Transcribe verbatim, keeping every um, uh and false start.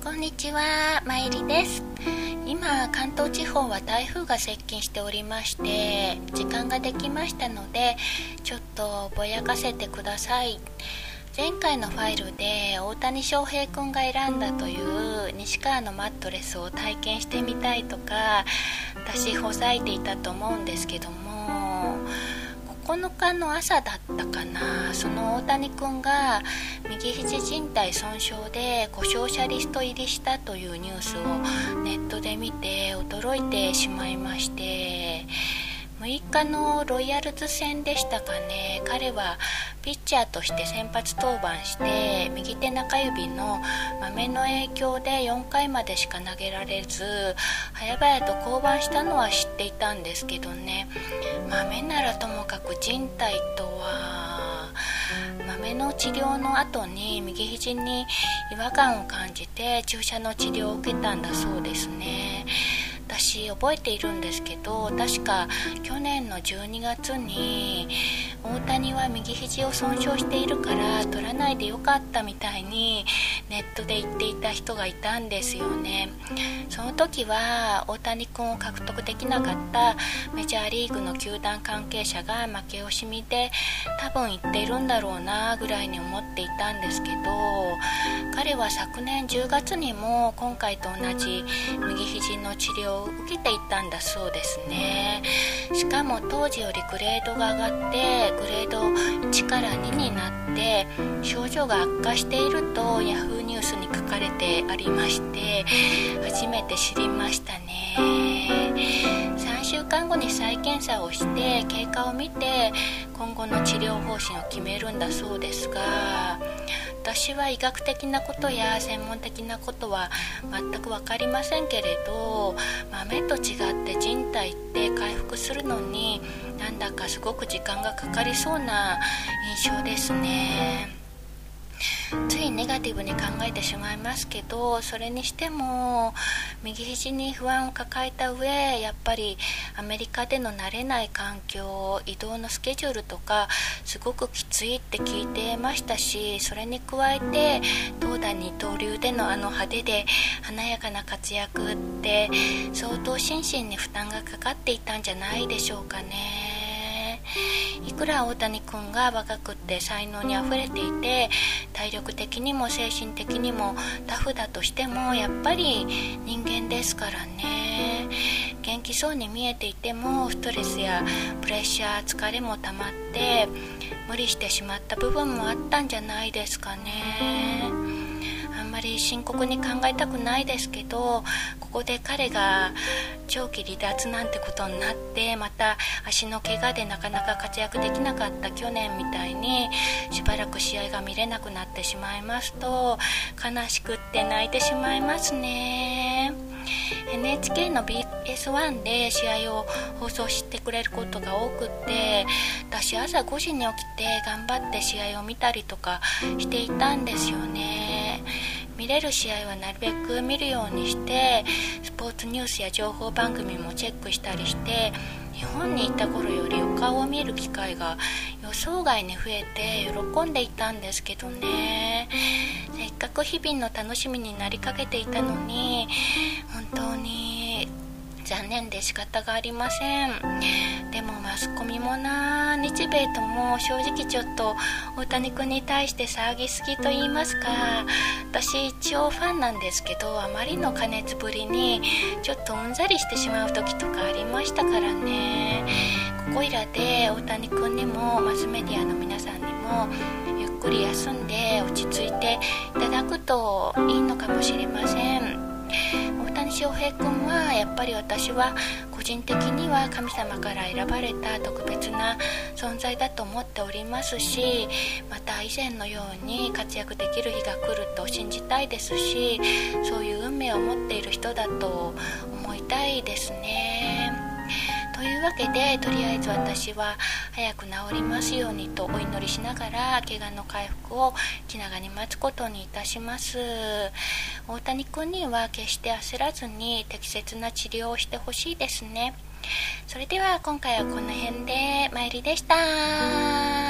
こんにちは、まいりです。今関東地方は台風が接近しておりまして、時間ができましたのでちょっとぼやかせてください。前回のファイルで大谷翔平くんが選んだという西川のマットレスを体験してみたいとか私ほざいていたと思うんですけども、ここのかの朝だったかな、その大谷くんが右肘靭帯損傷で故障者リスト入りしたというニュースをネットで見て驚いてしまいまして、むいかのロイヤルズ戦でしたかね、彼はピッチャーとして先発登板して右手中指のマメの影響でよんかいまでしか投げられず早々と降板したのは知っていたんですけどね、マメならともかく靭帯とは、マメの治療の後に右肘に違和感を感じて注射の治療を受けたんだそうですね。私覚えているんですけど、確か去年のじゅうにがつに大谷は右肘を損傷しているから取らないでよかったみたいにネットで言っていた人がいたんですよね。その時は大谷君を獲得できなかったメジャーリーグの球団関係者が負け惜しみで多分言っているんだろうなぐらいに思っていたんですけど、彼は昨年じゅうがつにも今回と同じ右肘の治療を受けていたんだそうですね。しかも当時よりグレードが上がってグレードいちからにになって症状が悪化しているとヤフーニュースに書かれてありまして、初めて知りましたね。さんしゅうかんごに再検査をして経過を見て今後の治療方針を決めるんだそうですが、私は医学的なことや専門的なことは全く分かりませんけれど、豆と違って靭帯って回復するのになんだかすごく時間がかかりそうな印象ですね。ついネガティブに考えてしまいますけど、それにしても右肘に不安を抱えた上、やっぱりアメリカでの慣れない環境、移動のスケジュールとかすごくきついって聞いてましたし、それに加えて投打二刀流でのあの派手で華やかな活躍って相当心身に負担がかかっていたんじゃないでしょうかね。いくら大谷君が若くって才能にあふれていて体力的にも精神的にもタフだとしても、やっぱり人間ですからね。元気そうに見えていてもストレスやプレッシャー、疲れも溜まって無理してしまった部分もあったんじゃないですかね。あんまり深刻に考えたくないですけど、ここで彼が長期離脱なんてことになって、また足の怪我でなかなか活躍できなかった去年みたいにしばらく試合が見れなくなってしまいますと悲しくって泣いてしまいますね。 エヌエイチケー の ビーエスワン で試合を放送してくれることが多くって、私朝ごじに起きて頑張って試合を見たりとかしていたんですよね。見れる試合はなるべく見るようにしてスポーツニュースや情報番組もチェックしたりして、日本にいた頃よりお顔を見る機会が予想外に増えて喜んでいたんですけどね。せっかく日々の楽しみになりかけていたのに本当に残念で仕方がありません。でもマスコミもな、日米とも正直ちょっと大谷君に対して騒ぎすぎと言いますか、私一応ファンなんですけど、あまりの過熱ぶりにちょっとうんざりしてしまう時とかありましたからね。ここいらで大谷君にもマスメディアの皆さんにもゆっくり休んで落ち着いていただくといいのかもしれません。大谷翔平君はやっぱり私は個人的には神様から選ばれた特別な存在だと思っておりますし、また以前のように活躍できる日が来ると信じたいですし、そういう運命を持っている人だと思いたいですね。というわけで、とりあえず私は早く治りますようにとお祈りしながら怪我の回復を気長に待つことにいたします。大谷君には決して焦らずに適切な治療をしてほしいですね。それでは今回はこの辺で、まいりでした。